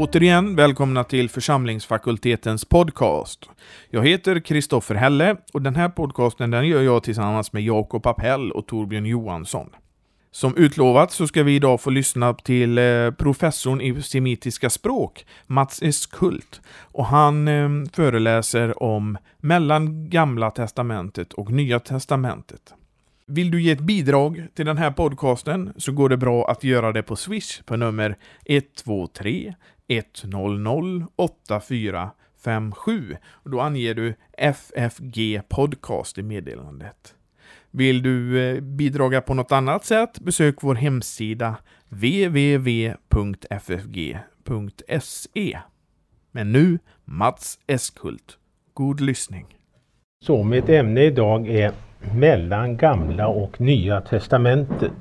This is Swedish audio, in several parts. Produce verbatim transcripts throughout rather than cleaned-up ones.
Återigen välkomna till församlingsfakultetens podcast. Jag heter Kristoffer Helle och den här podcasten den gör jag tillsammans med Jakob Appell och Torbjörn Johansson. Som utlovat så ska vi idag få lyssna till eh, professorn i semitiska språk, Mats Eskult. Och han eh, föreläser om mellan Gamla testamentet och Nya testamentet. Vill du ge ett bidrag till den här podcasten så går det bra att göra det på Swish på nummer ett två tre ett noll noll åtta fyra fem sju. Och då anger du F F G podcast i meddelandet. Vill du eh, bidraga på något annat sätt, besök vår hemsida w w w punkt f f g punkt s e. Men nu Mats Eskult. God lyssning. Så mitt ämne idag är mellan Gamla och Nya testamentet.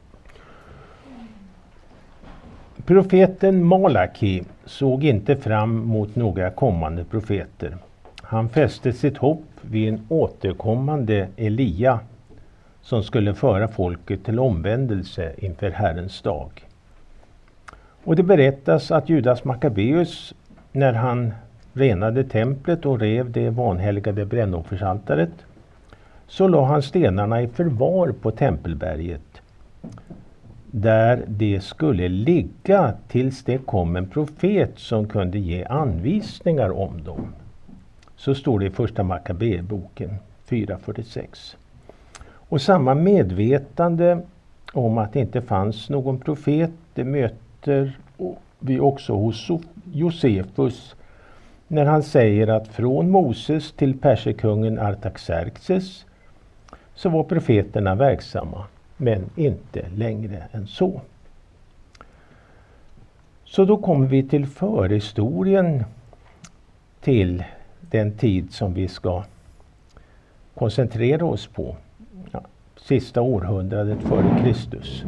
Profeten Malaki såg inte fram mot några kommande profeter. Han fäste sitt hopp vid en återkommande Elia som skulle föra folket till omvändelse inför Herrens dag. Och det berättas att Judas Maccabeus, när han renade templet och rev det vanhelgade brännoffersaltaret, så la han stenarna i förvar på tempelberget, där det skulle ligga tills det kom en profet som kunde ge anvisningar om dem. Så står det i första Maccabeeboken fyra fyrtiosex. Och samma medvetande om att det inte fanns någon profet, det möter vi också hos Josefus när han säger att från Moses till persekungen Artaxerxes så var profeterna verksamma, men inte längre än så. Så då kommer vi till förhistorien till den tid som vi ska koncentrera oss på. Ja, sista århundradet före Kristus.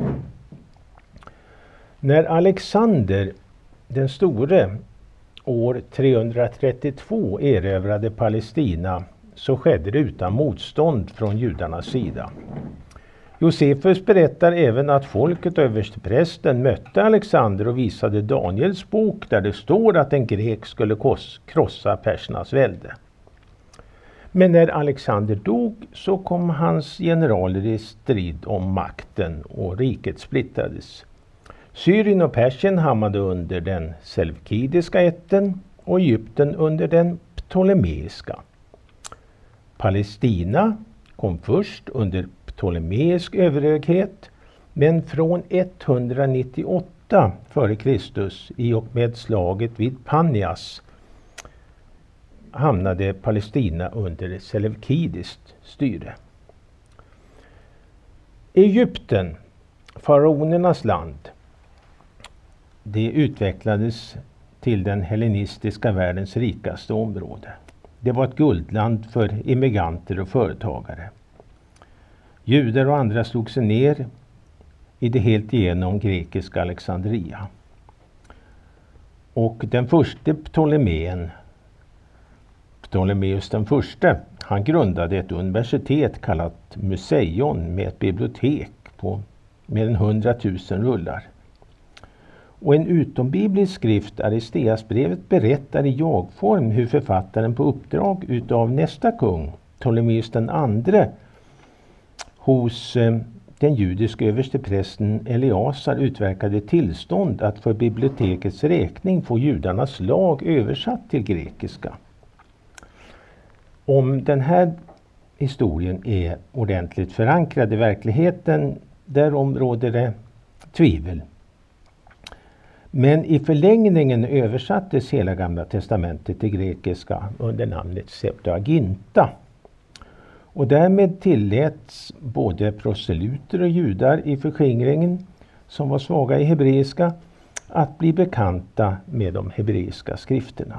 När Alexander den store år trehundratrettiotvå erövrade Palestina så skedde det utan motstånd från judarnas sida. Josefus berättar även att folket och översteprästen mötte Alexander och visade Daniels bok där det står att en grek skulle krossa persernas välde. Men när Alexander dog så kom hans generaler i strid om makten och riket splittrades. Syrien och Persien hamnade under den selevkidiska ätten och Egypten under den ptolemeiska. Palestina kom först under ptolemeisk överhöghet, men från etthundranittioåtta före Kristus i och med slaget vid Panias hamnade Palestina under selevkidiskt styre. Egypten, faraonernas land, det utvecklades till den hellenistiska världens rikaste område. Det var ett guldland för immigranter och företagare. Judar och andra slog sig ner i det helt igenom grekiska Alexandria. Och den första Ptolemén, Ptolemeus den första, han grundade ett universitet kallat Museion med ett bibliotek på mer än hundratusen rullar. Och en utombiblisk skrift, Aristeasbrevet, berättar i jagform hur författaren på uppdrag utav nästa kung, Ptolemeus den andre, hos eh, den judiska översteprästen Eleasar utverkade tillstånd att för bibliotekets räkning få judarnas lag översatt till grekiska. Om den här historien är ordentligt förankrad i verkligheten, därom råder det tvivel. Men i förlängningen översattes hela Gamla testamentet till grekiska under namnet Septuaginta. Och därmed tilläts både proselyter och judar i förskingringen, som var svaga i hebreiska, att bli bekanta med de hebreiska skrifterna.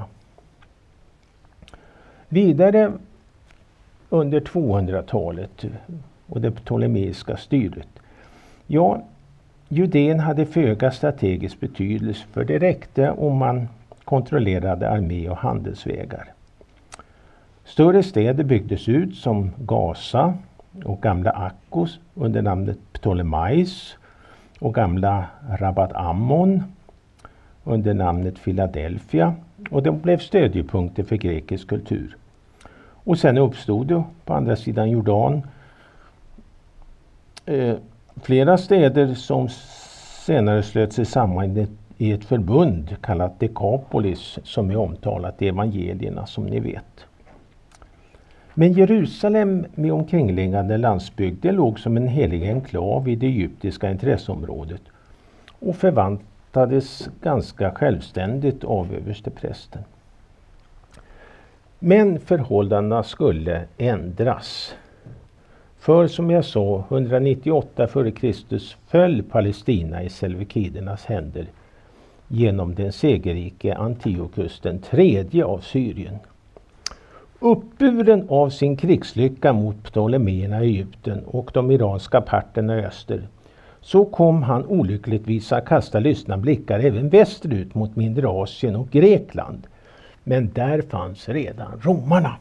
Vidare under tvåhundratalet och det ptolemeiska styret. Ja, Judén hade föga strategisk betydelse, för det räckte om man kontrollerade armé och handelsvägar. Större städer byggdes ut som Gaza och gamla Akkos under namnet Ptolemais och gamla Rabat Ammon under namnet Philadelphia, och de blev stödjepunkter för grekisk kultur. Och sen uppstod det på andra sidan Jordan eh, flera städer som senare slöt sig samman i ett förbund kallat Dekapolis, som är omtalat i evangelierna, som ni vet. Men Jerusalem med omkringliggande landsbygd, det låg som en helig enklav i det egyptiska intresseområdet och förvaltades ganska självständigt av översteprästen. Men förhållandena skulle ändras. För som jag sa, etthundranittioåtta före Kristus föll Palestina i seleukidernas händer genom den segerrike Antiochus den tredje av Syrien. Uppburen av sin krigslycka mot Ptolemeerna i Egypten och de iranska parterna i öster, så kom han olyckligtvis att kasta lystna blickar även västerut mot mindre Asien och Grekland. Men där fanns redan romarna.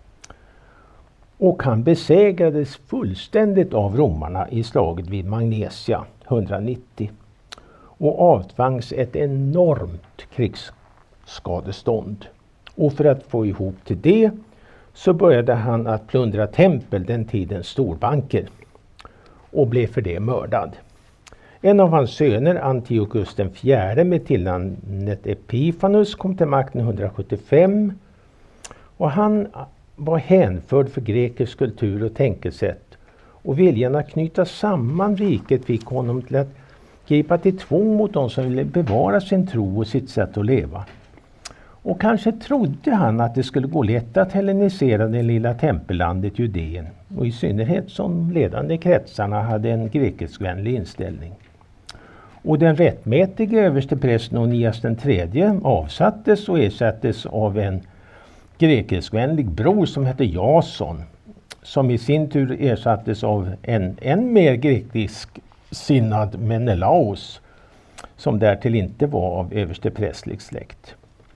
Och han besegrades fullständigt av romarna i slaget vid Magnesia etthundranittio och avtvangs ett enormt krigsskadestånd. Och för att få ihop till det så började han att plundra tempel, den tidens storbanker, och blev för det mördad. En av hans söner, Antiochus den fjärde med tillnamnet Epifanus, kom till makten etthundrasjuttiofem, och han var hänförd för grekisk kultur och tänkesätt, och viljan att knyta samman riket fick honom till att gripa till tvång mot de som ville bevara sin tro och sitt sätt att leva. Och kanske trodde han att det skulle gå lätt att hellenisera det lilla tempellandet Judeen, och i synnerhet som ledande kretsarna hade en grekiskvänlig inställning. Och den rättmätige översteprästen Onias den tredje avsattes och ersattes av en grekiskvänlig bror som hette Jason, som i sin tur ersattes av en än mer grekisk sinnad Menelaos, som därtill inte var av översteprästlig släkt.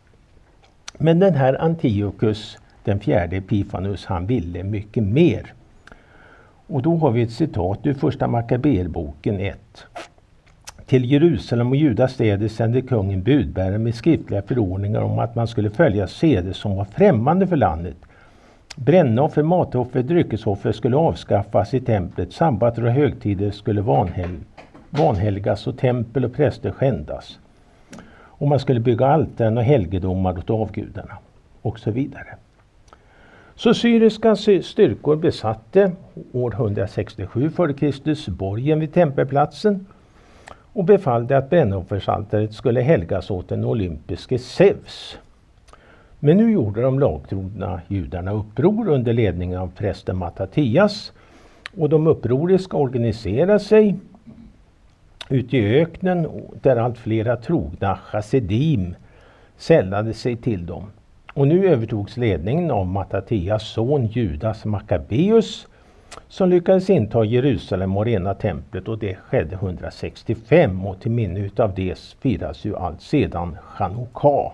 Men den här Antiochus den fjärde Epifanus, han ville mycket mer. Och då har vi ett citat ur första Makaberboken ett. Till Jerusalem och Judas städer sände kungen budbärare med skriftliga förordningar om att man skulle följa seder som var främmande för landet. Brännoffer, matoffer, dryckesoffer skulle avskaffas i templet, sabbater och högtider skulle vanhel- vanhelgas och tempel och präster skändas. Och man skulle bygga altaren och helgedomar åt avgudarna och så vidare. Så syriska styrkor besatte år etthundrasextiosju före Kristus borgen vid tempelplatsen och befallde att brännoffersaltaret skulle helgas åt den olympiske Zeus. Men nu gjorde de lagtrogna judarna uppror under ledning av prästen Mattatias, och de upproriska organiserade sig ute i öknen där allt flera trogna chassidim sällade sig till dem. Och nu övertogs ledningen av Mattatias son Judas Maccabeus, som lyckades inta Jerusalem och rena templet, och det skedde etthundrasextiofem, och till minne av det firas ju allt sedan Chanukka.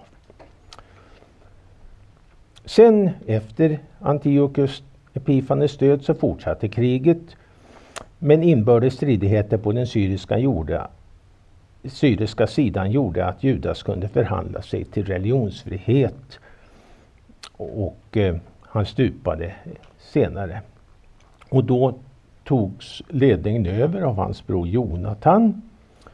Sen efter Antiochus Epifanes död så fortsatte kriget, men inbördes stridigheter på den syriska, jorda, syriska sidan gjorde att Judas kunde förhandla sig till religionsfrihet, och eh, han stupade senare. Och då togs ledningen över av hans bror Jonatan,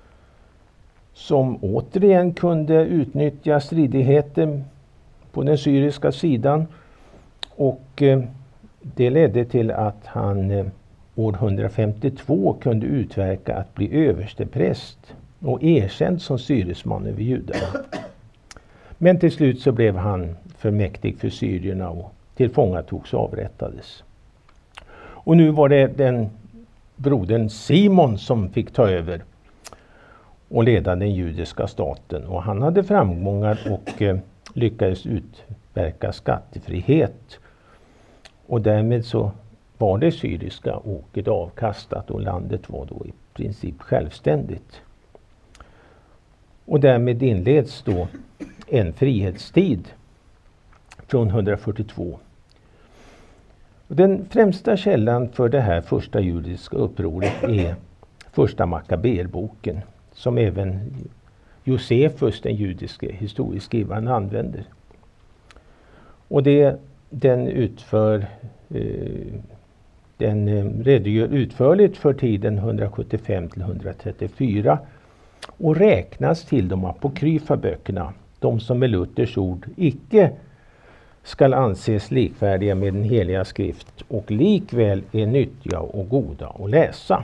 som återigen kunde utnyttja stridigheter på den syriska sidan, och eh, det ledde till att han eh, år etthundrafemtiotvå kunde utverka att bli överstepräst och erkänd som styresman över judarna. Men till slut så blev han för mäktig för syrierna och tillfångatogs och avrättades. Och nu var det den brodern Simon som fick ta över och leda den judiska staten. Och han hade framgångar och eh, lyckades utverka skattefrihet. Och därmed så var det syriska åket avkastat och landet var då i princip självständigt. Och därmed inleds då en frihetstid från etthundrafyrtiotvå. Den främsta källan för det här första judiska upproret är första Makaberboken, som även Josefus, den judiske historieskrivaren, använder. Och det, den utför eh, den eh, redogör utförligt för tiden hundrasjuttiofem till hundratrettiofyra och räknas till de apokryfa böckerna, de som med Luthers ord icke skall anses likvärdiga med den heliga skrift och likväl är nyttiga och goda att läsa.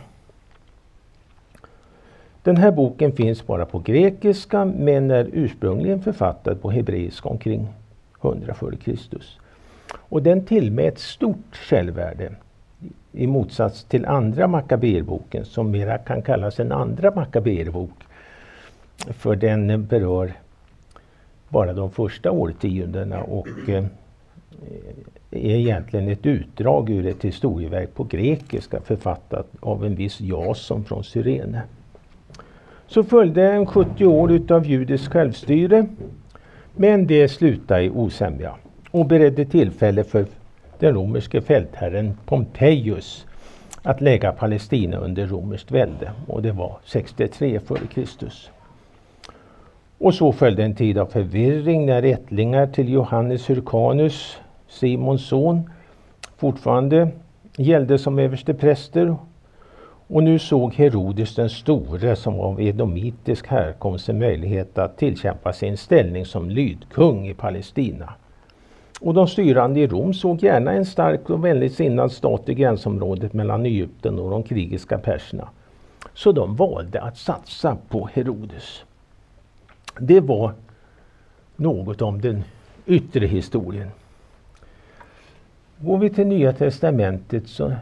Den här boken finns bara på grekiska men är ursprungligen författad på hebreiska omkring hundra före Kristus. Och den tillmäts stort självvärde i motsats till andra Makaberboken som mera kan kallas en andra Makaberbok, för den berör bara de första årtiondena och eh, är egentligen ett utdrag ur ett historieverk på grekiska författat av en viss Jason från Cyrene. Så följde en sjuttio år utav judisk självstyre, men det slutade i osämja och beredde tillfälle för den romerske fältherren Pompejus att lägga Palestina under romerskt välde, och det var sextiotre före Kristus. Och så följde en tid av förvirring när ättlingar till Johannes Hyrcanus, Simons son, fortfarande gällde som överstepräster. Och nu såg Herodes den store, som av edomitisk härkomst, en möjlighet att tillkämpa sin ställning som lydkung i Palestina. Och de styrande i Rom såg gärna en stark och vänligt sinnad stat i gränsområdet mellan Egypten och de krigiska perserna. Så de valde att satsa på Herodes. Det var något om den yttre historien. Går vi till Nya testamentet så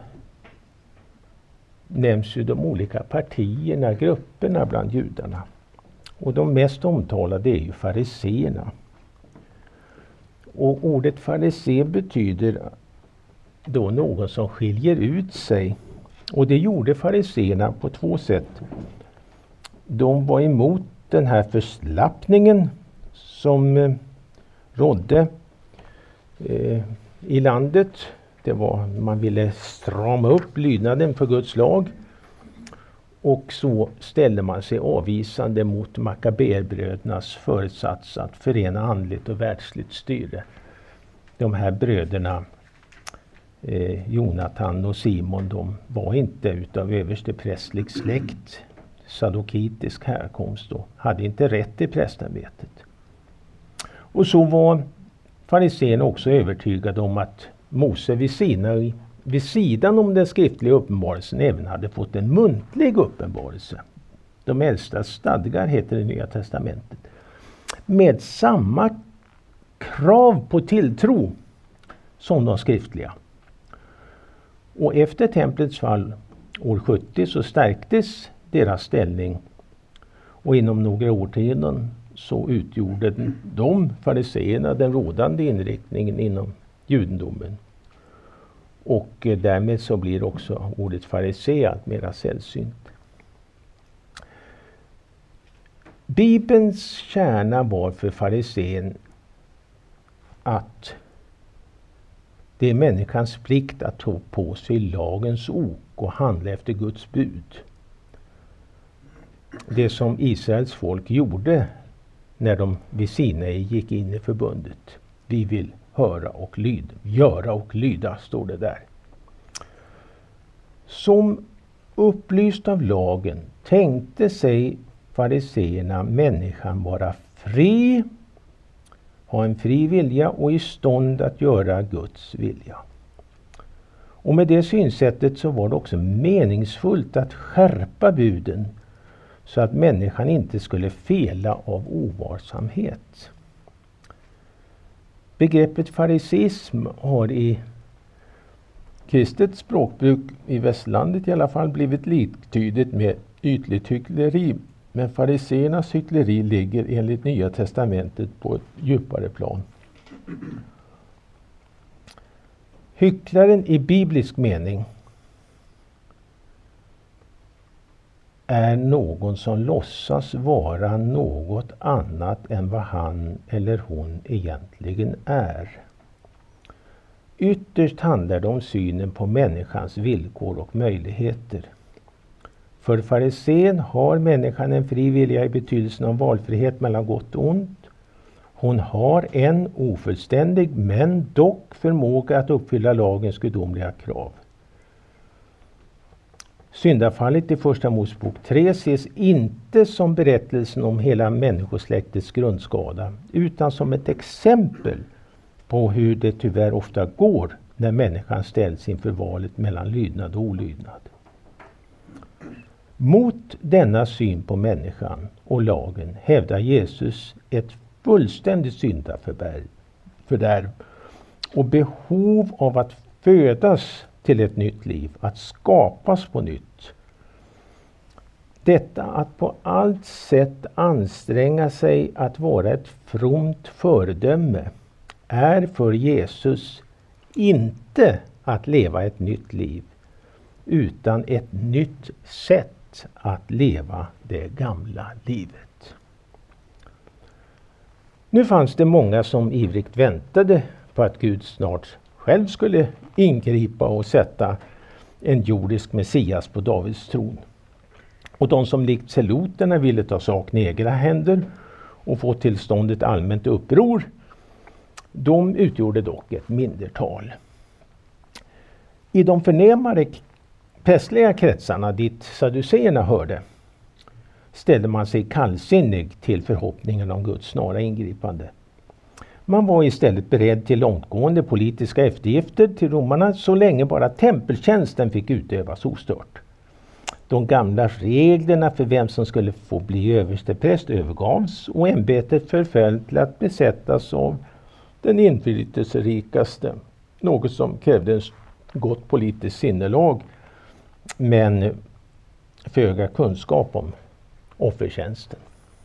nämns ju de olika partierna, grupperna bland judarna. Och de mest omtalade är ju fariseerna. Och ordet farisé betyder då någon som skiljer ut sig. Och det gjorde fariseerna på två sätt. De var emot den här förslappningen som eh, rådde eh, i landet. Det var, man ville strama upp lydnaden för Guds lag. Och så ställde man sig avvisande mot Makaberbrödernas föresats att förena andligt och världsligt styre. De här bröderna, eh, Jonatan och Simon, de var inte utav översteprästlig släkt, sadokitisk härkomst, och hade inte rätt till prästämbetet. Och så var fariséerna också övertygade om att Mose vid, sina, vid sidan om den skriftliga uppenbarelsen även hade fått en muntlig uppenbarelse. De äldsta stadgar heter det Nya testamentet. Med samma krav på tilltro som de skriftliga. Och efter templets fall år sjuttio så stärktes deras ställning. Och inom några årtionden så utgjorde de fariséerna den rådande inriktningen inom judendomen. Och därmed så blir också ordet farisé allt mera sällsynt. Bibelns kärna var för farisén att det är människans plikt att ta på sig lagens ok och handla efter Guds bud. Det som Israels folk gjorde när de vid Sinai gick in i förbundet. Vi vill höra och lyda, göra och lyda, står det där. Som upplyst av lagen tänkte sig fariséerna människan vara fri, ha en fri vilja och i stånd att göra Guds vilja. Och med det synsättet så var det också meningsfullt att skärpa buden så att människan inte skulle fela av ovarsamhet. Begreppet farisism har i kristet språkbruk i västlandet i alla fall blivit liktydigt med ytligt hyckleri. Men fariséernas hyckleri ligger enligt Nya testamentet på ett djupare plan. Hycklaren i biblisk mening är någon som låtsas vara något annat än vad han eller hon egentligen är. Ytterst handlar det om synen på människans villkor och möjligheter. För farisén har människan en fri vilja i betydelsen av valfrihet mellan gott och ont. Hon har en ofullständig men dock förmåga att uppfylla lagens gudomliga krav. Syndafallet i första Mosebok tre ses inte som berättelsen om hela människosläktets grundskada, utan som ett exempel på hur det tyvärr ofta går när människan ställs inför valet mellan lydnad och olydnad. Mot denna syn på människan och lagen hävdar Jesus ett fullständigt syndafördärv och behov av att födas till ett nytt liv, att skapas på nytt. Detta att på allt sätt anstränga sig att vara ett fromt föredöme är för Jesus inte att leva ett nytt liv, utan ett nytt sätt att leva det gamla livet. Nu fanns det många som ivrigt väntade på att Gud snart själv skulle ingripa och sätta en jordisk Messias på Davids tron. Och de som likt seloterna ville ta saken i egna händer och få till stånd ett allmänt uppror, de utgjorde dock ett mindertal. I de förnämare prästliga kretsarna dit saduceerna hörde ställde man sig kallsinnig till förhoppningen om Guds snara ingripande. Man var istället beredd till långtgående politiska eftergifter till romarna så länge bara tempeltjänsten fick utövas ostört. De gamla reglerna för vem som skulle få bli överstepräst övergavs och ämbetet förföll till att besättas av den inflytelserikaste, något som krävde en gott politiskt sinnelag men föga kunskap om offertjänsten.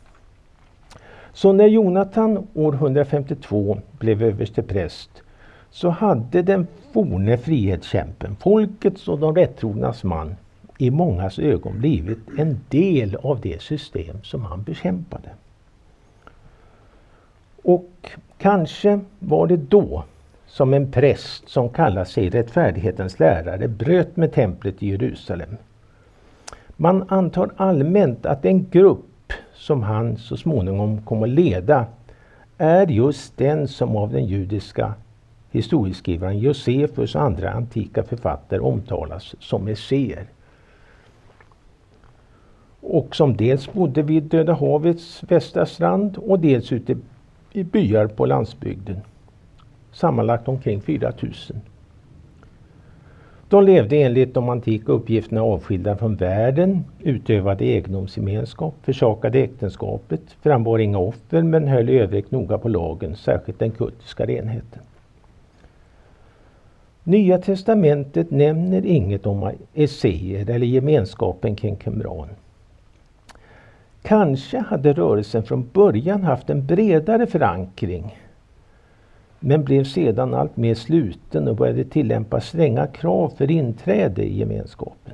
Så när Jonatan år hundrafemtiotvå blev överstepräst så hade den forne frihetskämpen, folkets och de rättrognas man, i mångas ögon blivit en del av det system som han bekämpade. Och kanske var det då som en präst som kallar sig rättfärdighetens lärare bröt med templet i Jerusalem. Man antar allmänt att en grupp som han så småningom kommer att leda är just den som av den judiska historieskrivaren Josefus och andra antika författare omtalas som messéer. Och som dels bodde vid Döda havets västra strand och dels ute i byar på landsbygden. Sammanlagt omkring fyra tusen. De levde enligt de antika uppgifterna avskilda från världen, utövade egendomsgemenskap, försakade äktenskapet, frambar inga offer men höll i övrigt noga på lagen, särskilt den kultiska renheten. Nya testamentet nämner inget om esséer eller gemenskapen kring Qumran. Kanske hade rörelsen från början haft en bredare förankring men blev sedan allt mer sluten och började tillämpa stränga krav för inträde i gemenskapen.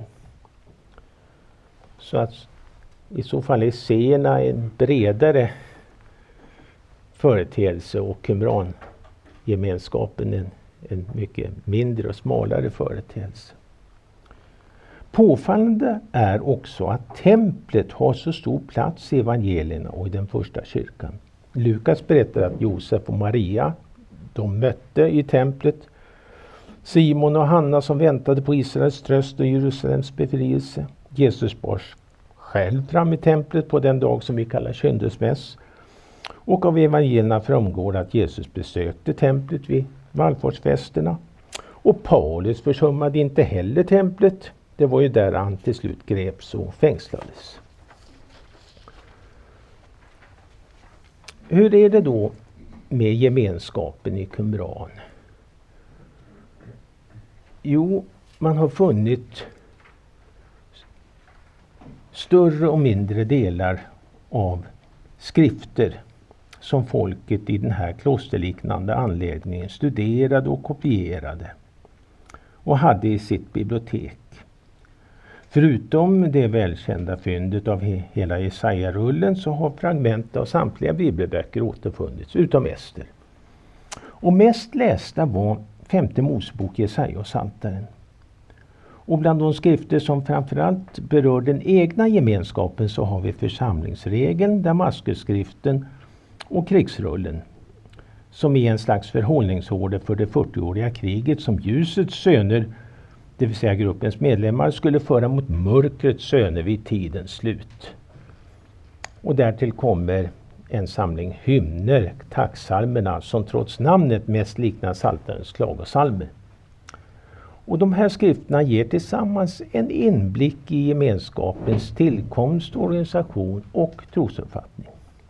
Så att i så fall är esséerna en bredare företeelse och Qumran-gemenskapen en, en mycket mindre och smalare företeelse. Påfallande är också att templet har så stor plats i evangelierna och i den första kyrkan. Lukas berättar att Josef och Maria, de mötte i templet Simon och Hanna som väntade på Israels tröst och Jerusalems befrielse. Jesus bars själv fram i templet på den dag som vi kallar kynnesmäss. Och av evangelierna framgår att Jesus besökte templet vid vallfartsfesterna. Och Paulus försummade inte heller templet. Det var ju där han till slut greps och fängslades. Hur är det då med gemenskapen i Qumran? Jo, man har funnit större och mindre delar av skrifter som folket i den här klosterliknande anläggningen studerade och kopierade och hade i sitt bibliotek. Förutom det välkända fyndet av he- hela Jesaja-rullen så har fragment av samtliga bibelböcker återfunnits, utom Ester. Och mest lästa var femte Mosebok, Jesaja och Psaltaren. Och bland de skrifter som framförallt berör den egna gemenskapen så har vi församlingsregeln, Damaskusskriften och krigsrullen, som är en slags förhållningsorder för det fyrtioåriga kriget som ljusets söner, det vill säga gruppens medlemmar, skulle föra mot mörkrets söner vid tidens slut. Och därtill kommer en samling hymner, tacksalmerna, som trots namnet mest liknar Psaltarens klagosalmer. Och de här skrifterna ger tillsammans en inblick i gemenskapens tillkomst, organisation och trosuppfattning.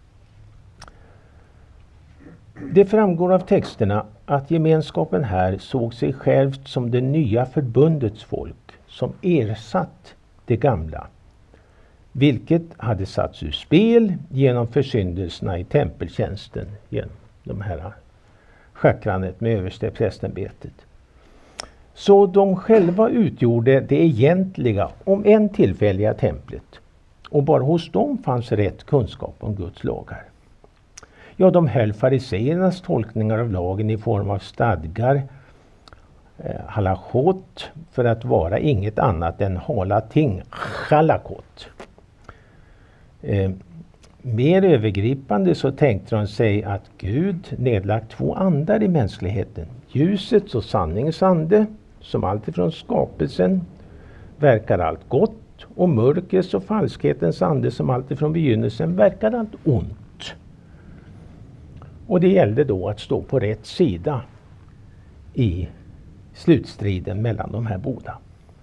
Det framgår av texterna att gemenskapen här såg sig självt som det nya förbundets folk som ersatt det gamla, vilket hade satts ur spel genom försyndelserna i tempeltjänsten, genom de här schackrandet med översteprästämbetet. Så de själva utgjorde det egentliga, om än tillfälliga templet, och bara hos dem fanns rätt kunskap om Guds lagar. Ja, de höll fariseernas tolkningar av lagen i form av stadgar, eh, halachot, för att vara inget annat än hala ting, chalakot. Eh, mer övergripande så tänkte de sig att Gud nedlagt två andar i mänskligheten. Ljusets och sanningens ande, som alltifrån skapelsen verkar allt gott, och mörkrets och falskhetens ande, som alltifrån begynnelsen verkar allt ont. Och det gällde då att stå på rätt sida i slutstriden mellan de här båda.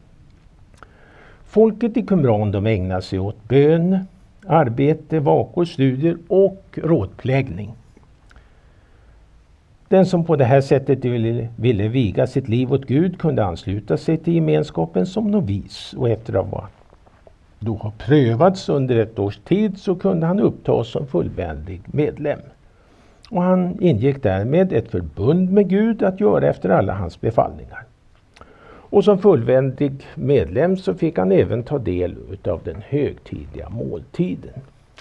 Folket i Qumran, de ägnar sig åt bön, arbete, vakor, studier och rådplägning. Den som på det här sättet ville, ville viga sitt liv åt Gud kunde ansluta sig till gemenskapen som novis, och efter att ha då har prövats under ett års tid så kunde han upptas som fullvärdig medlem. Och han ingick därmed ett förbund med Gud att göra efter alla hans befallningar. Och som fullvärdig medlem så fick han även ta del av den högtidliga måltiden.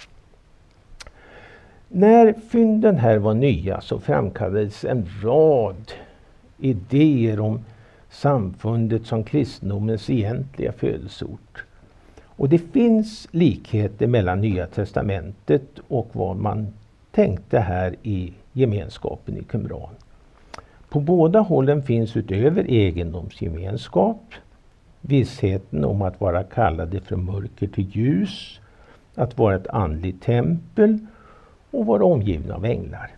När fynden här var nya så framkallades en rad idéer om samfundet som kristendomens egentliga födelseort. Och det finns likheter mellan Nya testamentet och vad man tänkte här i gemenskapen i Qumran. På båda hållen finns utöver egendomsgemenskap vissheten om att vara kallade från mörker till ljus, att vara ett andligt tempel och vara omgivna av änglar.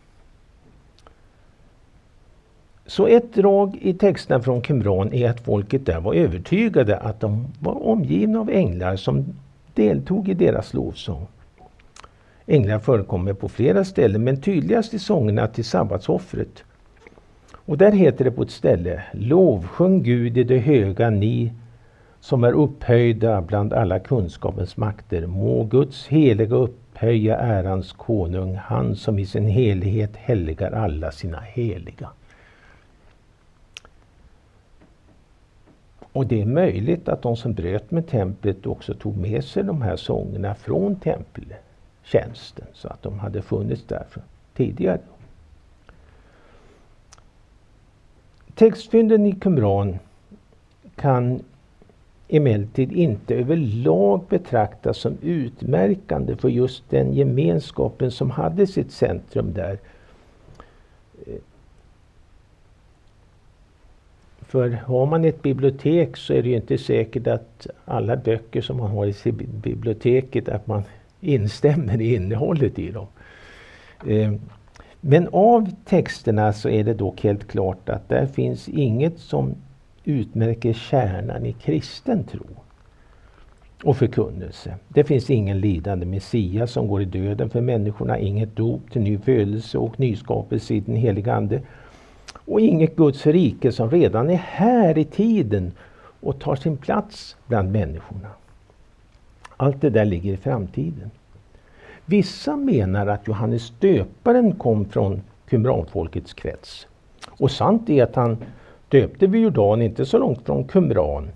Så ett drag i texten från Qumran är att folket där var övertygade att de var omgivna av änglar som deltog i deras lovsång. Änglar förekommer på flera ställen, men tydligast i sångerna till sabbatsoffret. Och där heter det på ett ställe: lovsjung Gud i det höga, ni som är upphöjda bland alla kunskapens makter. Må Guds heliga upphöja ärans konung, han som i sin helighet helgar alla sina heliga. Och det är möjligt att de som bröt med templet också tog med sig de här sångerna från tempeltjänsten, så att de hade funnits där tidigare. Textfynden i Qumran kan emellertid inte överlag betraktas som utmärkande för just den gemenskapen som hade sitt centrum där. För har man ett bibliotek så är det ju inte säkert att alla böcker som man har i biblioteket att man instämmer i innehållet i dem. Men av texterna så är det dock helt klart att där finns inget som utmärker kärnan i kristen tro och förkunnelse. Det finns ingen lidande Messias som går i döden för människorna, inget dop till ny födelse och nyskapelse i den heliga ande, och inget Guds rike som redan är här i tiden och tar sin plats bland människorna. Allt det där ligger i framtiden. Vissa menar att Johannes döparen kom från Qumranfolkets krets. Och sant är att han döpte vid Jordan, inte så långt från Qumran.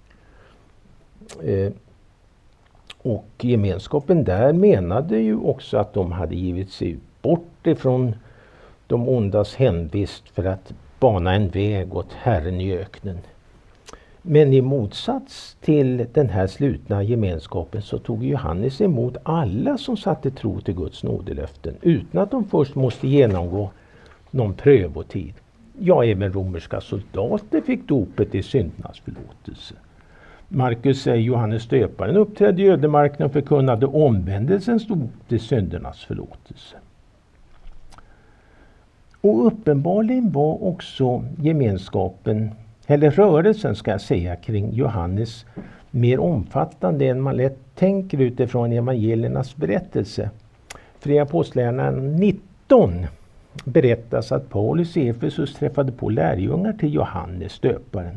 Eh, och gemenskapen där menade ju också att de hade givit sig bort ifrån de ondas hemvist för att bana en väg åt Herren i öknen. Men i motsats till den här slutna gemenskapen så tog Johannes emot alla som satte tro till Guds nådelöften utan att de först måste genomgå någon prövotid. Ja, även romerska soldater fick dopet i syndernas förlåtelse. Markus säger Johannes döparen uppträdde i ödemarken och förkunnade omvändelsens dop till syndernas förlåtelse. Och uppenbarligen var också gemenskapen, eller rörelsen ska jag säga, kring Johannes mer omfattande än man lätt tänker utifrån evangeliernas berättelse. För i Apostlagärningarna nitton berättas att Paulus i Efesus träffade på lärjungar till Johannes döparen.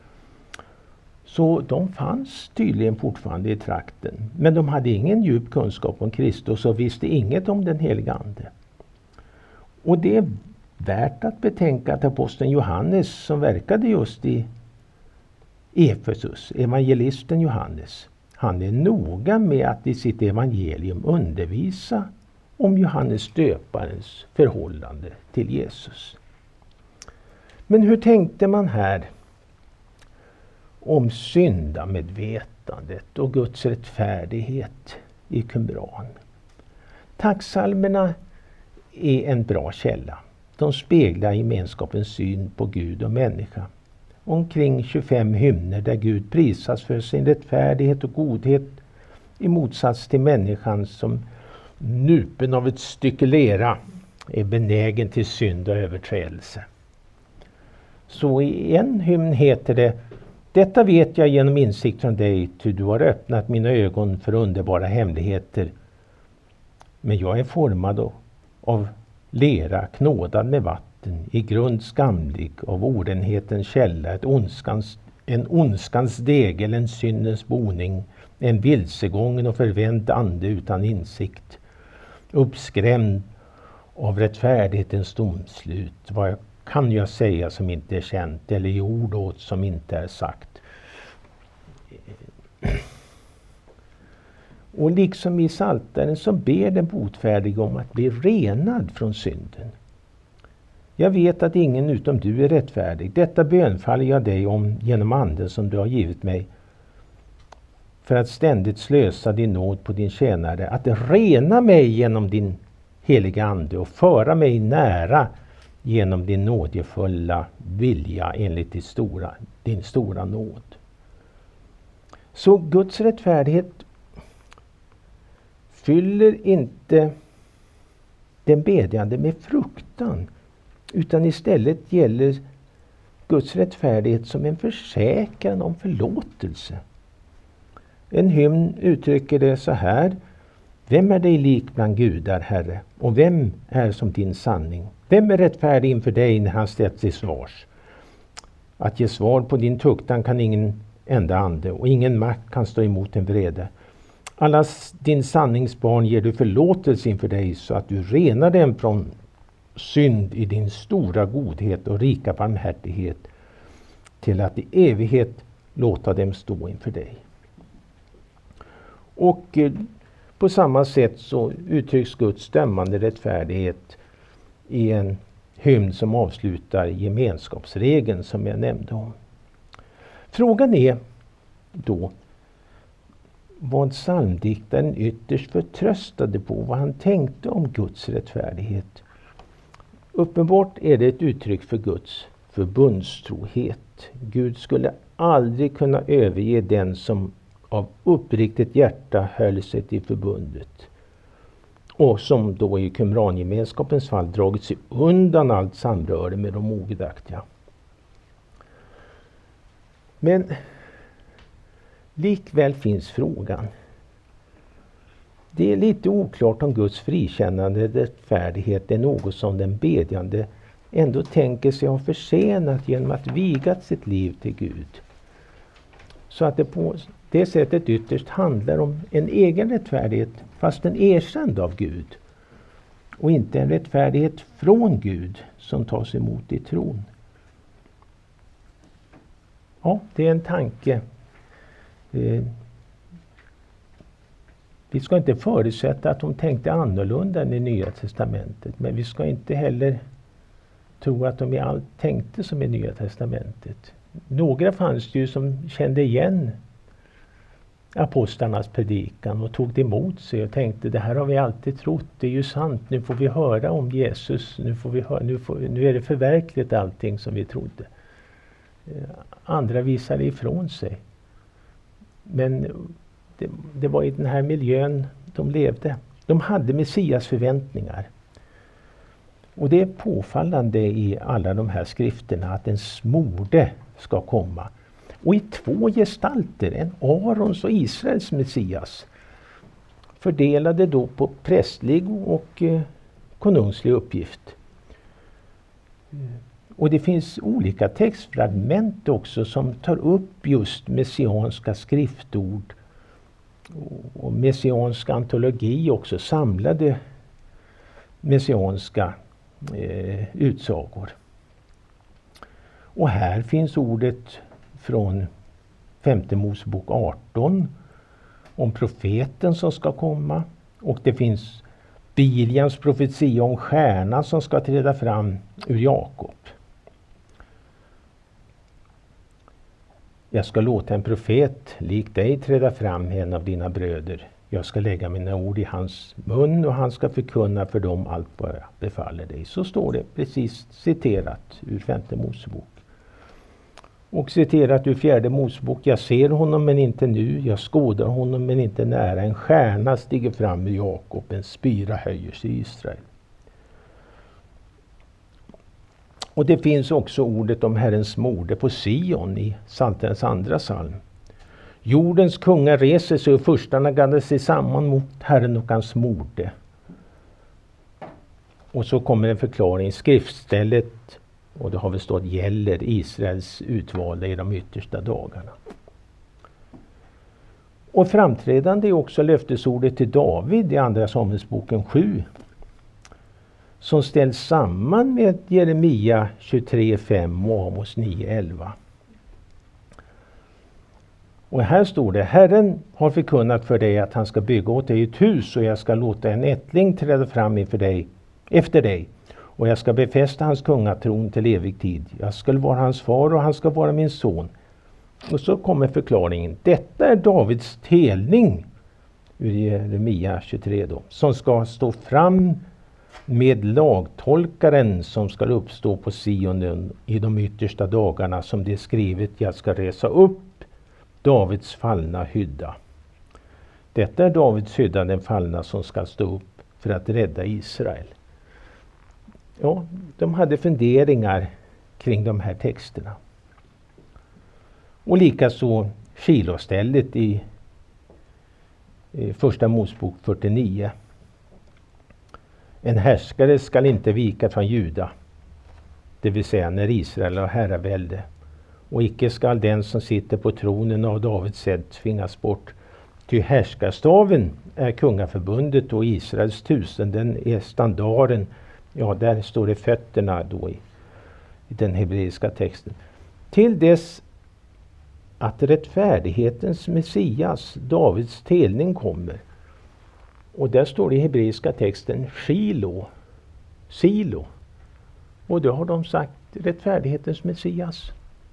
Så de fanns tydligen fortfarande i trakten. Men de hade ingen djup kunskap om Kristus och visste inget om den heliga ande. Och det är värt att betänka att aposteln Johannes, som verkade just i Efesus, evangelisten Johannes, han är noga med att i sitt evangelium undervisa om Johannes döparens förhållande till Jesus. Men hur tänkte man här om syndamedvetandet och Guds rättfärdighet i Qumran? Tacksalmerna är en bra källa. De speglar gemenskapens syn på Gud och människa. Omkring tjugofem hymner där Gud prisas för sin rättfärdighet och godhet i motsats till människan som nupen av ett stycke lera är benägen till synd och överträdelse. Så i en hymn heter det: detta vet jag genom insikt från dig, ty du har öppnat mina ögon för underbara hemligheter. Men jag är formad av lera, knådad med vatten, i grund skamlig, av orenhetens källa, ett ondskans, en ondskans degel, en syndens boning, en vilsegången och förvänd ande utan insikt, uppskrämd av rättfärdighetens domslut. Vad kan jag säga som inte är känt, eller i ord åt som inte är sagt? Och liksom i Psaltaren så ber den botfärdiga om att bli renad från synden. Jag vet att ingen utom du är rättfärdig. Detta bönfaller jag dig om genom anden som du har givit mig, för att ständigt slösa din nåd på din tjänare, att rena mig genom din heliga ande och föra mig nära genom din nådefulla vilja enligt din stora, din stora nåd. Så Guds rättfärdighet fyller inte den bedjande med fruktan, utan istället gäller Guds rättfärdighet som en försäkran om förlåtelse. En hymn uttrycker det så här: vem är dig lik bland gudar, Herre, och vem är som din sanning? Vem är rättfärdig inför dig när han ställs till svars? Att ge svar på din tuktan kan ingen enda ande, och ingen makt kan stå emot en vrede. Allas din sanningsbarn ger du förlåtelse inför dig, så att du renar dem från synd i din stora godhet och rika barmhärtighet, till att i evighet låta dem stå inför dig. Och eh, på samma sätt så uttrycks Guds dömande rättfärdighet i en hymn som avslutar gemenskapsregeln som jag nämnde om. Frågan är då vad psalmdiktaren ytterst förtröstade på, vad han tänkte om Guds rättfärdighet. Uppenbart är det ett uttryck för Guds förbundstrohet. Gud skulle aldrig kunna överge den som av uppriktigt hjärta höll sig till förbundet, och som då i Qumrangemenskapens fall dragit sig undan allt samröre med de ogudaktiga. Men likväl finns frågan. Det är lite oklart om Guds frikännande rättfärdighet är något som den bedjande ändå tänker sig ha försenat genom att vigat sitt liv till Gud. Så att det på det sättet ytterst handlar om en egen rättfärdighet, fast den erkänd av Gud, och inte en rättfärdighet från Gud som tas emot i tron. Ja, det är en tanke. Eh, vi ska inte förutsätta att de tänkte annorlunda än i Nya testamentet, men vi ska inte heller tro att de i allt tänkte som i Nya testamentet. några fanns det ju som kände igen apostlarnas predikan och tog det emot sig och tänkte, det här har vi alltid trott, det är ju sant, nu får vi höra om Jesus, nu, får vi höra, nu, får, nu är det förverkligt allting som vi trodde. Andra visade ifrån sig. Men det, det var i den här miljön de levde. De hade Messias förväntningar. Och det är påfallande i alla de här skrifterna att en smorde ska komma. Och i två gestalter, en Arons och Israels Messias, fördelade då på prästlig och eh, konungslig uppgift. Och det finns olika textfragment också som tar upp just messianska skriftord och messiansk antologi också, samlade messianska eh, utsagor. Och här finns ordet från femte Mosebok arton om profeten som ska komma. Och det finns Biljams profetia om stjärnan som ska träda fram ur Jakob. Jag ska låta en profet lik dig träda fram, en av dina bröder. Jag ska lägga mina ord i hans mun och han ska förkunna för dem allt vad jag befaller dig. Så står det precis citerat ur femte Mosebok. Och citerat ur fjärde Mosebok. Jag ser honom men inte nu. Jag skådar honom men inte nära. En stjärna stiger fram ur Jakob. En spira höjer sig i Israel. Och det finns också ordet om Herrens morde på Sion i Psalterns andra psalm. Jordens kungar reser sig och furstarna gaddar sig samman mot Herren och hans morde. Och så kommer en förklaring. Skriftstället, och det har väl stått, gäller Israels utvalda i de yttersta dagarna. Och framträdande är också löftesordet till David i andra Samuelsboken sju. Som ställs samman med Jeremia tjugotre fem och Amos nio elva. Och här står det: Herren har förkunnat för dig att han ska bygga åt dig ett hus, och jag ska låta en ättling träda fram inför dig, efter dig. Och jag ska befästa hans kungatron till evig tid. Jag ska vara hans far och han ska vara min son. Och så kommer förklaringen. Detta är Davids telning ur Jeremia tjugotre då, som ska stå fram med lagtolkaren som ska uppstå på Sion i de yttersta dagarna, som det är skrivet: jag ska resa upp Davids fallna hydda. Detta är Davids hydda, den fallna, som ska stå upp för att rädda Israel. Ja, de hade funderingar kring de här texterna. Och likaså Shilostället i, i första Mosebok fyrtionio. En härskare skall inte vika från Juda, det vill säga när Israel har herravälde. Och icke skall den som sitter på tronen av Davids sätt tvingas bort. Ty härskarstaven är kungaförbundet och Israels tusenden är standarden. Ja, där står det fötterna då i, i den hebreiska texten. Till dess att rättfärdighetens Messias, Davids telning, kommer. Och där står det i hebreiska texten Shilo, Silo. Och då har de sagt rättfärdighetens Messias.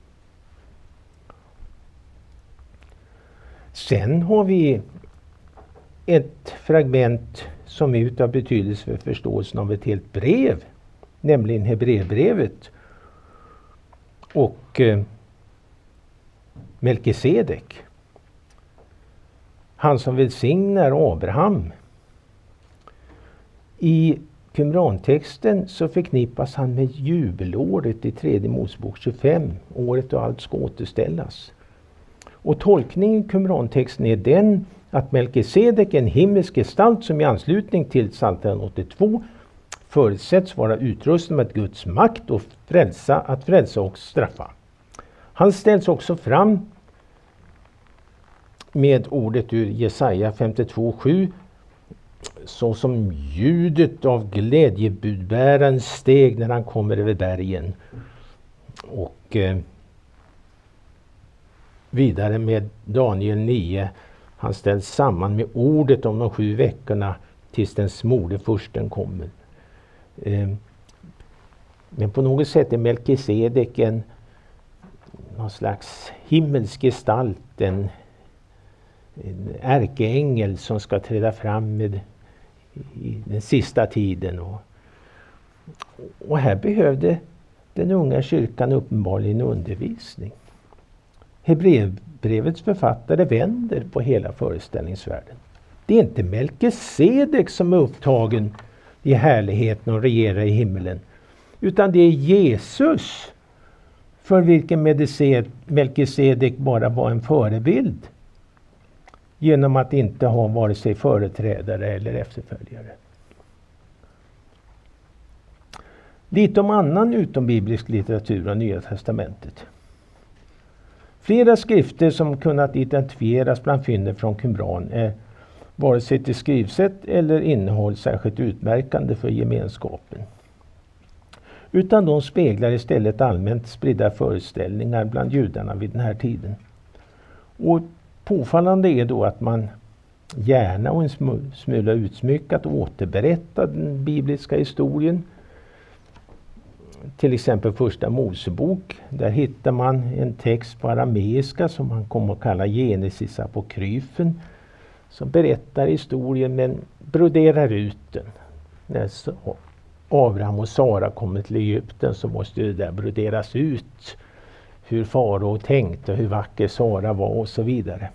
Sen har vi ett fragment som är utav betydelse för förståelsen av ett helt brev, nämligen Hebreerbrevet. Och eh, Melkisedek, han som välsignar Abraham. I Qumran-texten så förknippas han med jubelåret i tredje Mosebok tjugofem, året då allt ska återställas. Och tolkningen i Qumran-texten är den att Melkisedek är en himmelsk gestalt som i anslutning till Psaltaren åttiotvå förutsätts vara utrustad med Guds makt och frälsa, att frälsa och straffa. Han ställs också fram med ordet ur Jesaja femtiotvå sju, så som ljudet av glädjebudbärarens steg när han kommer över bergen. Och eh, vidare med Daniel nio, han ställs samman med ordet om de sju veckorna tills den smorde fursten kommer. Eh, men på något sätt är Melkisedek en någon slags himmelsk gestalt, en, en ärkeängel som ska träda fram med, i den sista tiden. Och, och här behövde den unga kyrkan uppenbarligen undervisning. Hebreerbrevets författare vänder på hela föreställningsvärlden. Det är inte Melkisedek som är upptagen i härligheten och regerar i himmelen, utan det är Jesus, för vilken Melkisedek bara var en förebild genom att inte ha vare sig företrädare eller efterföljare. Lite om annan utombiblisk litteratur av Nya testamentet. Flera skrifter som kunnat identifieras bland fynden från Qumran är vare sig till skrivsätt eller innehåll särskilt utmärkande för gemenskapen. Utan de speglar istället allmänt spridda föreställningar bland judarna vid den här tiden. Och påfallande är då att man gärna och en smula utsmyckat återberättar den bibliska historien. Till exempel första Mosebok, där hittar man en text på arameiska som man kommer att kalla Genesis apokryfen, som berättar historien men broderar ut den. När Abraham och Sara kommer till Egypten så måste det där broderas ut hur farao tänkte, hur vacker Sara var och så vidare.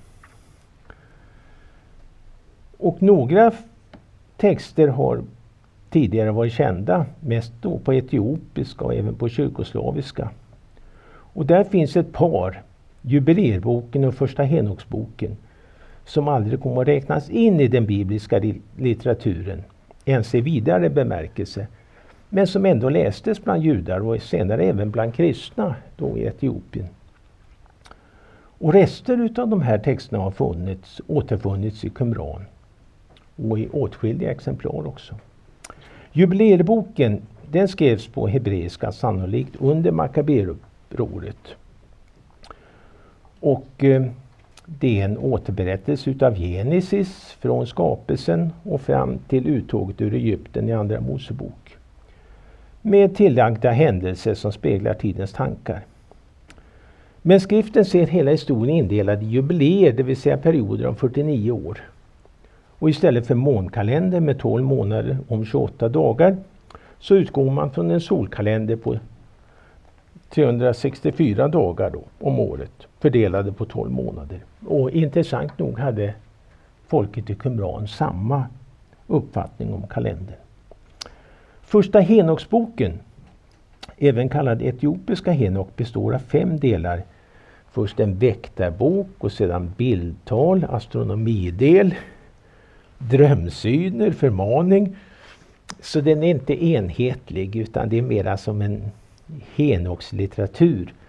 Och några texter har tidigare varit kända, mest då på etiopiska och även på kyrkoslaviska. Och där finns ett par, Jubileerboken och Första Henoksboken, som aldrig kommer att räknas in i den bibliska litteraturen, ens i vidare bemärkelse, men som ändå lästes bland judar och senare även bland kristna då i Etiopien. Och rester av de här texterna har funnits, återfunnits i Qumran och i åtskilliga exemplar också. Jubileerboken, den skrevs på hebreiska sannolikt under Makkabeerupproret. Och eh, det är en återberättelse utav Genesis från skapelsen och fram till uttåget ur Egypten i andra Mosebok, med tillagda händelser som speglar tidens tankar. Men skriften ser hela historien indelad i jubileer, det vill säga perioder om fyrtionio år. Och istället för månkalender med tolv månader om tjugoåtta dagar så utgår man från en solkalender på trehundrasextiofyra dagar då, om året, fördelade på tolv månader. Och intressant nog hade folket i Qumran samma uppfattning om kalendern. Första Henoksboken, även kallad etiopiska Henok, består av fem delar. Först en väktarbok och sedan bildtal, astronomidel, drömsyner, förmaning. Så den är inte enhetlig utan det är mera som en Henokslitteratur.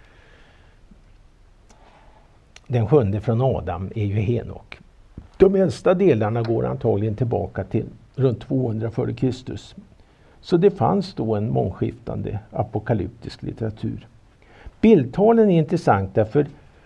Den sjunde från Adam är ju Henok. De äldsta delarna går antagligen tillbaka till runt tvåhundra före Kristus. Så det fanns då en mångskiftande apokalyptisk litteratur. Bildtalen är intressant därför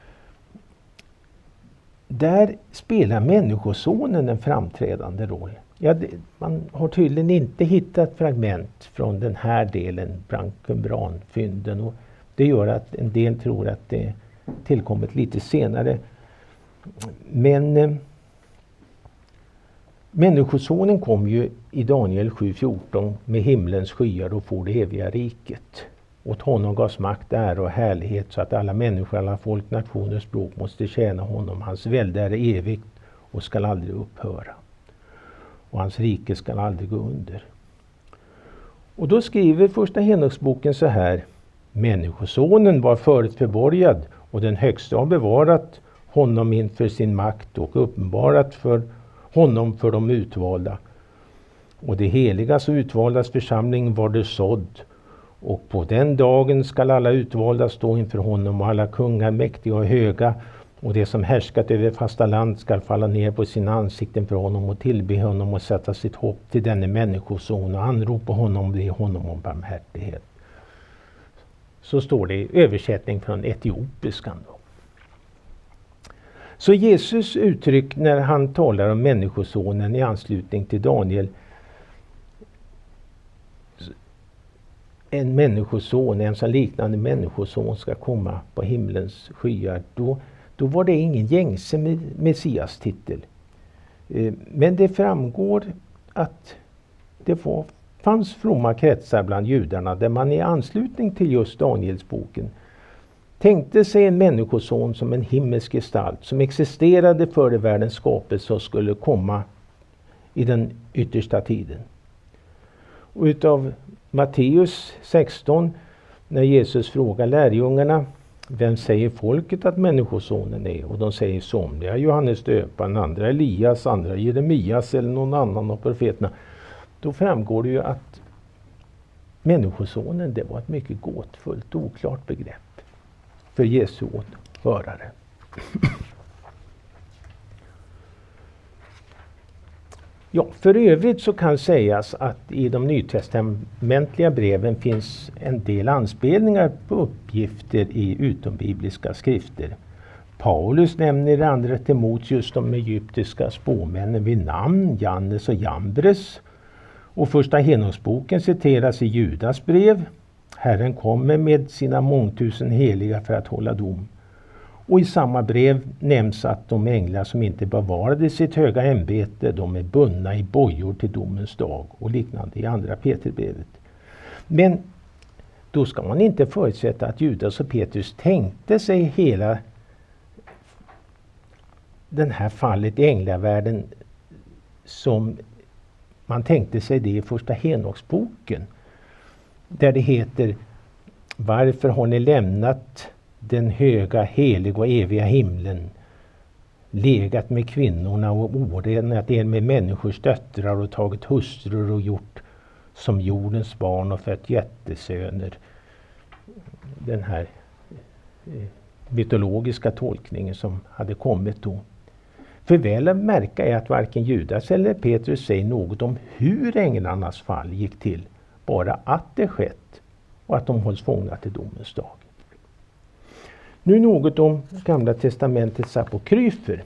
där spelar människosonen en framträdande roll. Ja, det, man har tydligen inte hittat fragment från den här delen bland Qumran-fynden, och det gör att en del tror att det tillkommit lite senare. Men eh, människosonen kom ju i Daniel sju fjorton med himlens skyar och får det eviga riket. Åt honom gavs makt, ära och härlighet så att alla människor, alla folk, nationer och språk måste tjäna honom. Hans välde är evigt och skall aldrig upphöra. Och hans rike skall aldrig gå under. Och då skriver Första Henoksboken så här: människosonen var förut förborgad och den högste har bevarat honom inför sin makt och uppenbarat för honom för de utvalda. Och det heligas och utvaldas församling var det sådd. Och på den dagen skall alla utvalda stå inför honom och alla kungar, mäktiga och höga, och det som härskat över fasta land skall falla ner på sina ansikten för honom och tillbe honom och sätta sitt hopp till denne människoson och anropa honom och be honom om barmhärtighet. Så står det i översättning från etiopiskan då. Så Jesus uttryck när han talar om människosonen i anslutning till Daniel en människoson, en som liknande människoson ska komma på himlens skyar, då, då var det ingen gängse messias-titel. Eh, men det framgår att det var, fanns fromma kretsar bland judarna där man i anslutning till just Danielsboken tänkte sig en människoson som en himmelsk gestalt som existerade före världens skapelse och skulle komma i den yttersta tiden. Och utav Matteus sexton, när Jesus frågar lärjungarna, vem säger folket att människosonen är? Och de säger somliga Johannes döparen, andra Elias, andra Jeremias eller någon annan av profeterna. Då framgår det ju att människosonen, det var ett mycket gåtfullt, oklart begrepp för Jesu åhörare. Ja, för övrigt så kan sägas att i de nytestamentliga breven finns en del anspelningar på uppgifter i utombibliska skrifter. Paulus nämner i andra Timoteus de egyptiska spåmännen vid namn, Jannes och Jambres. Och första Henoksboken citeras i Judas brev. Herren kommer med sina mångtusen heliga för att hålla dom. Och i samma brev nämns att de änglar som inte bevarade sitt höga ämbete, de är bundna i bojor till domens dag och liknande i andra Peterbrevet. Men då ska man inte förutsätta att Judas och Petrus tänkte sig hela den här fallet i änglavärlden som man tänkte sig det i första Henoksboken. Där det heter: varför har ni lämnat den höga, heliga och eviga himlen, legat med kvinnorna och orenat er med människors döttrar och tagit hustrur och gjort som jordens barn och fött jättesöner. Den här eh, mytologiska tolkningen som hade kommit då. För väl att märka är att varken Judas eller Petrus säger något om hur änglarnas fall gick till, bara att det skett och att de hålls fångna till domens dag. Nu något om Gamla testamentets apokryfer.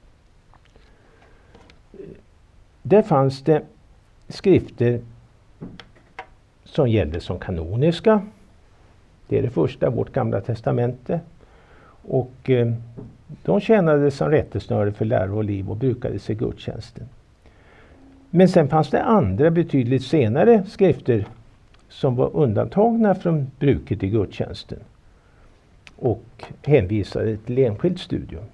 Där fanns det skrifter som gällde som kanoniska. Det är det första, vårt Gamla testamente. Och eh, de tjänade som rättesnöre för lära och liv och brukades i gudstjänsten. Men sen fanns det andra betydligt senare skrifter som var undantagna från bruket i gudstjänsten och hänvisade till enskilt studium.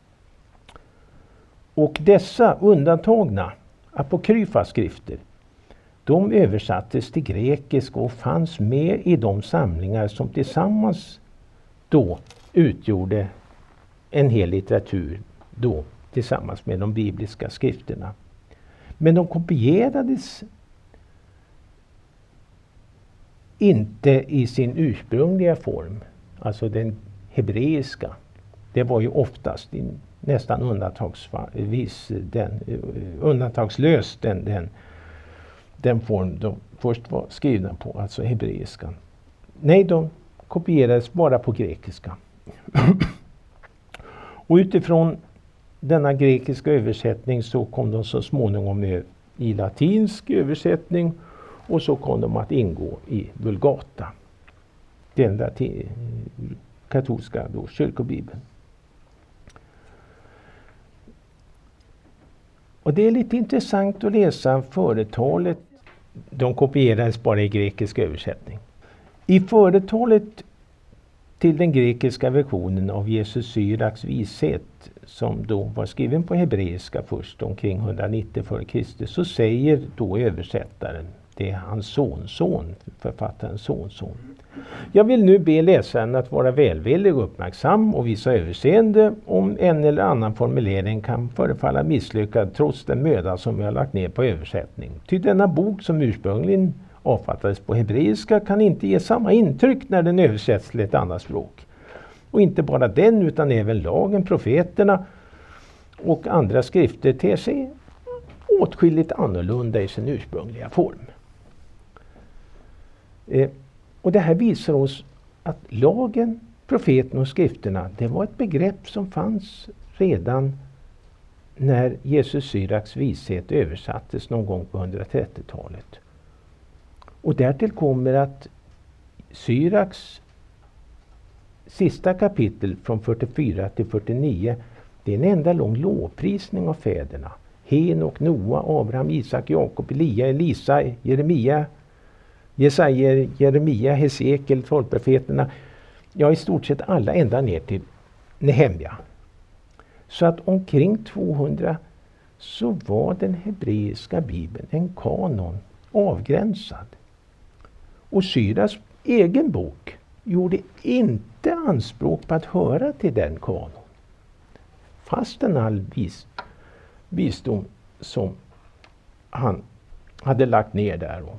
Och dessa undantagna apokryfa skrifter, de översattes till grekiska och fanns med i de samlingar som tillsammans då utgjorde en hel litteratur då tillsammans med de bibliska skrifterna. Men de kopierades inte i sin ursprungliga form, alltså den hebreiska. Det var ju oftast in, nästan undantagsvis den, undantagslöst den, den, den form de först var skrivna på, alltså hebreiskan. Nej, de kopierades bara på grekiska. Och utifrån denna grekiska översättning så kom de så småningom i latinsk översättning och så kom de att ingå i Vulgata, den latin, katolska då, kyrkobibeln. Och det är lite intressant att läsa företalet. De kopierades bara i grekisk översättning. I företalet till den grekiska versionen av Jesus Syraks vishet, som då var skriven på hebreiska först omkring hundranittio före Kristus, så säger då översättaren, det är hans sonson, författarens sonson: jag vill nu be läsaren att vara välvillig och uppmärksam och visa överseende om en eller annan formulering kan förefalla misslyckad trots den möda som jag har lagt ner på översättning. Ty denna bok, som ursprungligen avfattades på hebreiska, kan inte ge samma intryck när den översätts till ett annat språk. Och inte bara den, utan även lagen, profeterna och andra skrifter ter sig åtskilligt annorlunda i sin ursprungliga form. Eh, och det här visar oss att lagen, profeten och skrifterna, det var ett begrepp som fanns redan när Jesus Syraks vishet översattes någon gång på hundratrettiotalet. Och därtill kommer att Syraks sista kapitel från fyrtiofyra till fyrtionio, det är en enda lång lovprisning av fäderna. Henok, Noa, Abraham, Isak, Jakob, Elia, Elisa, Jeremia, Jesaja, Jeremia, Hesekiel, trollprofeterna. Ja, i stort sett alla ända ner till Nehemja. Så att omkring tvåhundra så var den hebreiska bibeln en kanon avgränsad. Och Syras egen bok gjorde inte anspråk på att höra till den kanon. Fastän all vis, visdom som han hade lagt ner där. Och,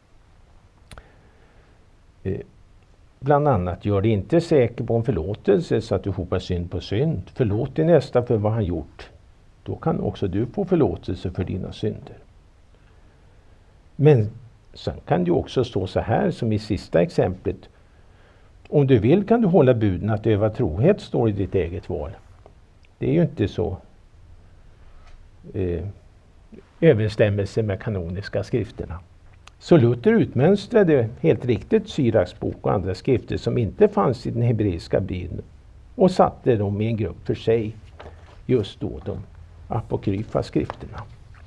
eh, bland annat gör det inte säker på en förlåtelse så att du hopar synd på synd. Förlåt din nästa för vad han gjort. Då kan också du få förlåtelse för dina synder. Men sen kan det också stå så här som i sista exemplet. Om du vill kan du hålla buden att öva trohet, står i ditt eget val. Det är ju inte så eh, överensstämmelse med kanoniska skrifterna. Så Luther utmönstrade helt riktigt Syraks bok och andra skrifter som inte fanns i den hebreiska bibeln och satte dem i en grupp för sig, just då de apokryfa skrifterna.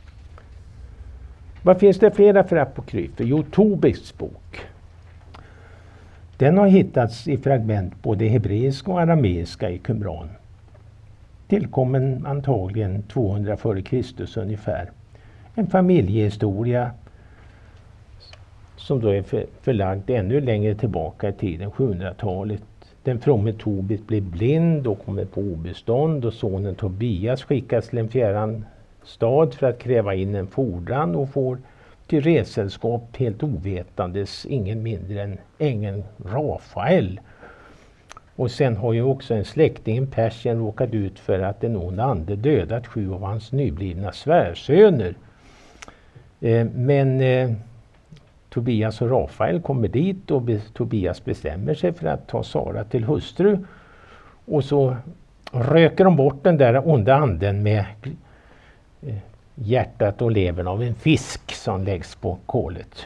Vad finns det flera för apokryfer? Jo, Tobits bok. Den har hittats i fragment både hebreiska och arameiska i Qumran. Tillkommen antagligen tvåhundra före Kristus ungefär. En familjehistoria som då är för, förlagd ännu längre tillbaka i tiden, sjuhundratalet. Den fromme Tobit blir blind och kommer på obestånd och sonen Tobias skickas till en fjärran stad för att kräva in en fordran och får till resällskap helt ovetandes ingen mindre än ängeln Rafael. Och sen har ju också en släkting, en Persien, råkat ut för att en ond ande dödat sju av hans nyblivna svärsöner. Eh, men eh, Tobias och Rafael kommer dit och be- Tobias bestämmer sig för att ta Sara till hustru. Och så röker de bort den där onda anden med eh, hjärtat och levern av en fisk som läggs på kolet.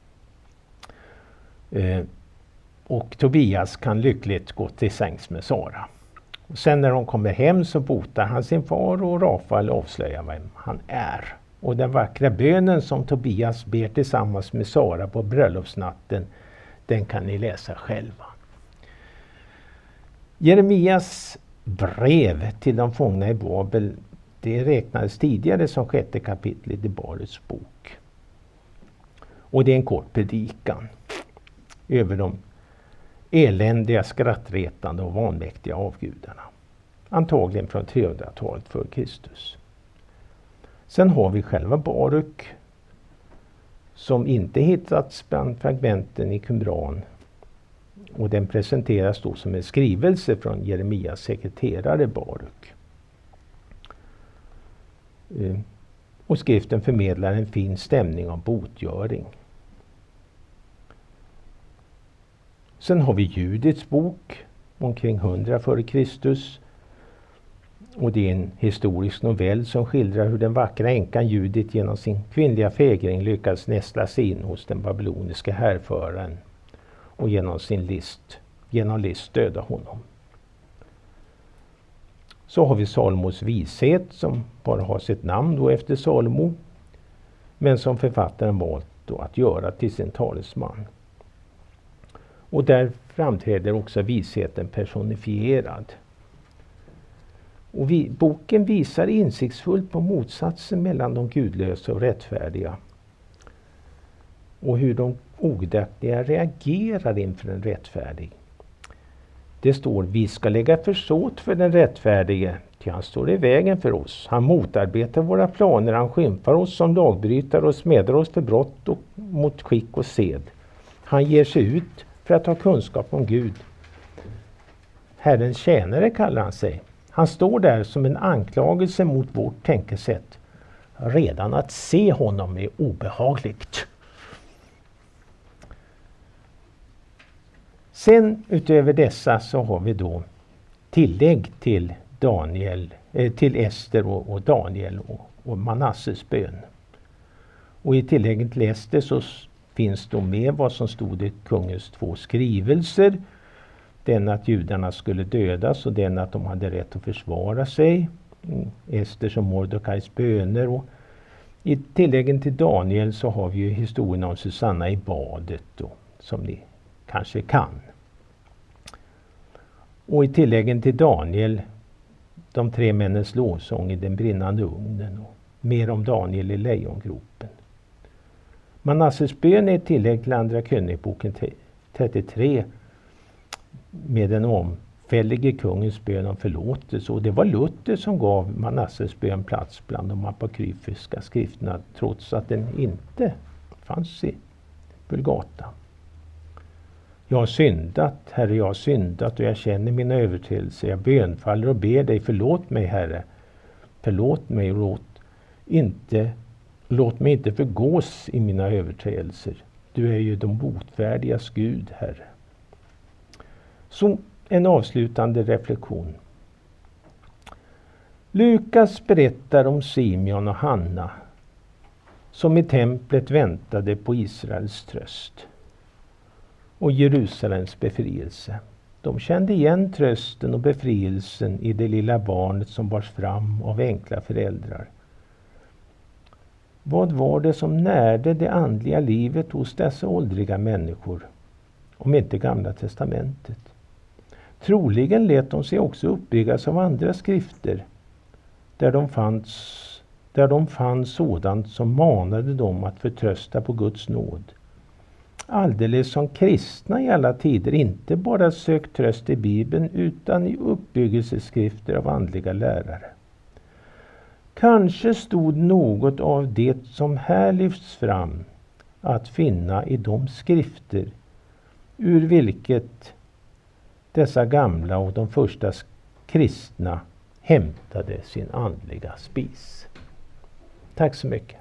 Eh, och Tobias kan lyckligt gå till sängs med Sara. Och sen när de kommer hem så botar han sin far och Rafael avslöjar vem han är. Och den vackra bönen som Tobias ber tillsammans med Sara på bröllopsnatten, den kan ni läsa själva. Jeremias brev till de fångna i Babel, det räknades tidigare som sjätte kapitlet i Baruts bok. Och det är en kort predikan över de eländiga, skrattretande och vanmäktiga avgudarna. Antagligen från trehundratalet före Kristus. Sen har vi själva Baruk som inte hittats bland fragmenten i Qumran. Och den presenteras då som en skrivelse från Jeremias sekreterare Baruk. Och skriften förmedlar en fin stämning av botgöring. Sen har vi Judits bok omkring hundra före Kristus. Och det är en historisk novell som skildrar hur den vackra änkan Judit genom sin kvinnliga fägring lyckas nästla sig in hos den babyloniska härföraren och genom sin list, genom list döda honom. Så har vi Salomos vishet som bara har sitt namn då efter Salomo, men som författaren valt då att göra till sin talesman. Och där framträder också visheten personifierad. Och vi, boken visar insiktsfullt på motsatsen mellan de gudlösa och rättfärdiga. Och hur de ogudaktiga reagerar inför en rättfärdig. Det står, vi ska lägga försåt för den rättfärdige, till han står i vägen för oss. Han motarbetar våra planer, han skymfar oss som lagbrytare och smädar oss för brott och mot skick och sed. Han ger sig ut för att ha kunskap om Gud. Herrens tjänare kallar han sig. Han står där som en anklagelse mot vårt tänkesätt. Redan att se honom är obehagligt. Sen utöver dessa så har vi då tillägg till Daniel, eh, till Ester och, och Daniel och, och Manasses bön. Och i tillägget till Ester så finns då med vad som stod i kungens två skrivelser. Den att judarna skulle dödas och den att de hade rätt att försvara sig. Esters och Mordokais böner. Och i tilläggen till Daniel så har vi ju historien om Susanna i badet då, som ni kanske kan. Och i tilläggen till Daniel, de tre männens lovsång i den brinnande ugnen och mer om Daniel i lejongropen. Manasses bön är ett tillägg till andra Königboken trettiotre med den omfällige kungens bön om förlåtelse. Och det var Luther som gav Manasses bön plats bland de apokryfiska skrifterna trots att den inte fanns i Vulgata. Jag har syndat, Herre, jag har syndat och jag känner mina överträdelser. Jag bönfaller och ber dig, förlåt mig, Herre. Förlåt mig och låt, inte, låt mig inte förgås i mina överträdelser. Du är ju de botfärdigas Gud, Herre. Så en avslutande reflektion. Lukas berättar om Simeon och Hanna som i templet väntade på Israels tröst och Jerusalems befrielse. De kände igen trösten och befrielsen i det lilla barnet som bars fram av enkla föräldrar. Vad var det som närde det andliga livet hos dessa åldriga människor, om inte Gamla testamentet? Troligen lät de sig också uppbyggas av andra skrifter, där de fanns, där de fann sådant som manade dem att förtrösta på Guds nåd. Alldeles som kristna i alla tider inte bara sökt tröst i Bibeln utan i uppbyggelseskrifter av andliga lärare. Kanske stod något av det som här lyfts fram att finna i de skrifter ur vilket dessa gamla och de första kristna hämtade sin andliga spis. Tack så mycket.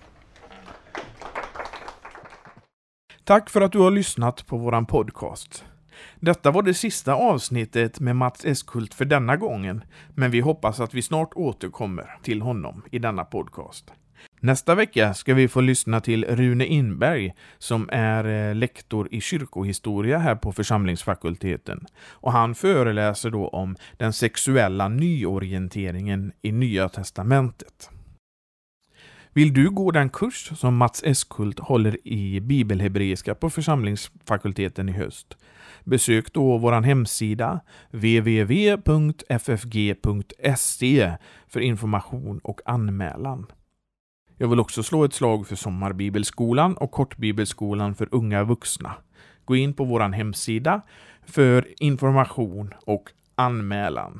Tack för att du har lyssnat på våran podcast. Detta var det sista avsnittet med Mats Eskult för denna gången, men vi hoppas att vi snart återkommer till honom i denna podcast. Nästa vecka ska vi få lyssna till Rune Inberg som är lektor i kyrkohistoria här på församlingsfakulteten. Och han föreläser då om den sexuella nyorienteringen i Nya testamentet. Vill du gå den kurs som Mats Eskult håller i bibelhebreiska på församlingsfakulteten i höst? Besök då vår hemsida w w w punkt f f g punkt s e för information och anmälan. Jag vill också slå ett slag för Sommarbibelskolan och Kortbibelskolan för unga vuxna. Gå in på vår hemsida för information och anmälan.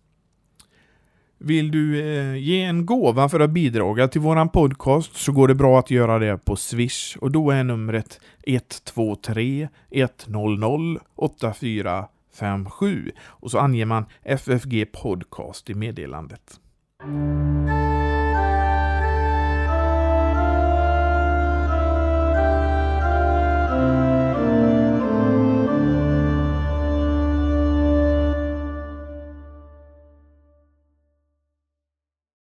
Vill du eh, ge en gåva för att bidra till våran podcast så går det bra att göra det på Swish och då är numret ett två tre ett noll noll åtta fyra fem sju och så anger man F F G podcast i meddelandet.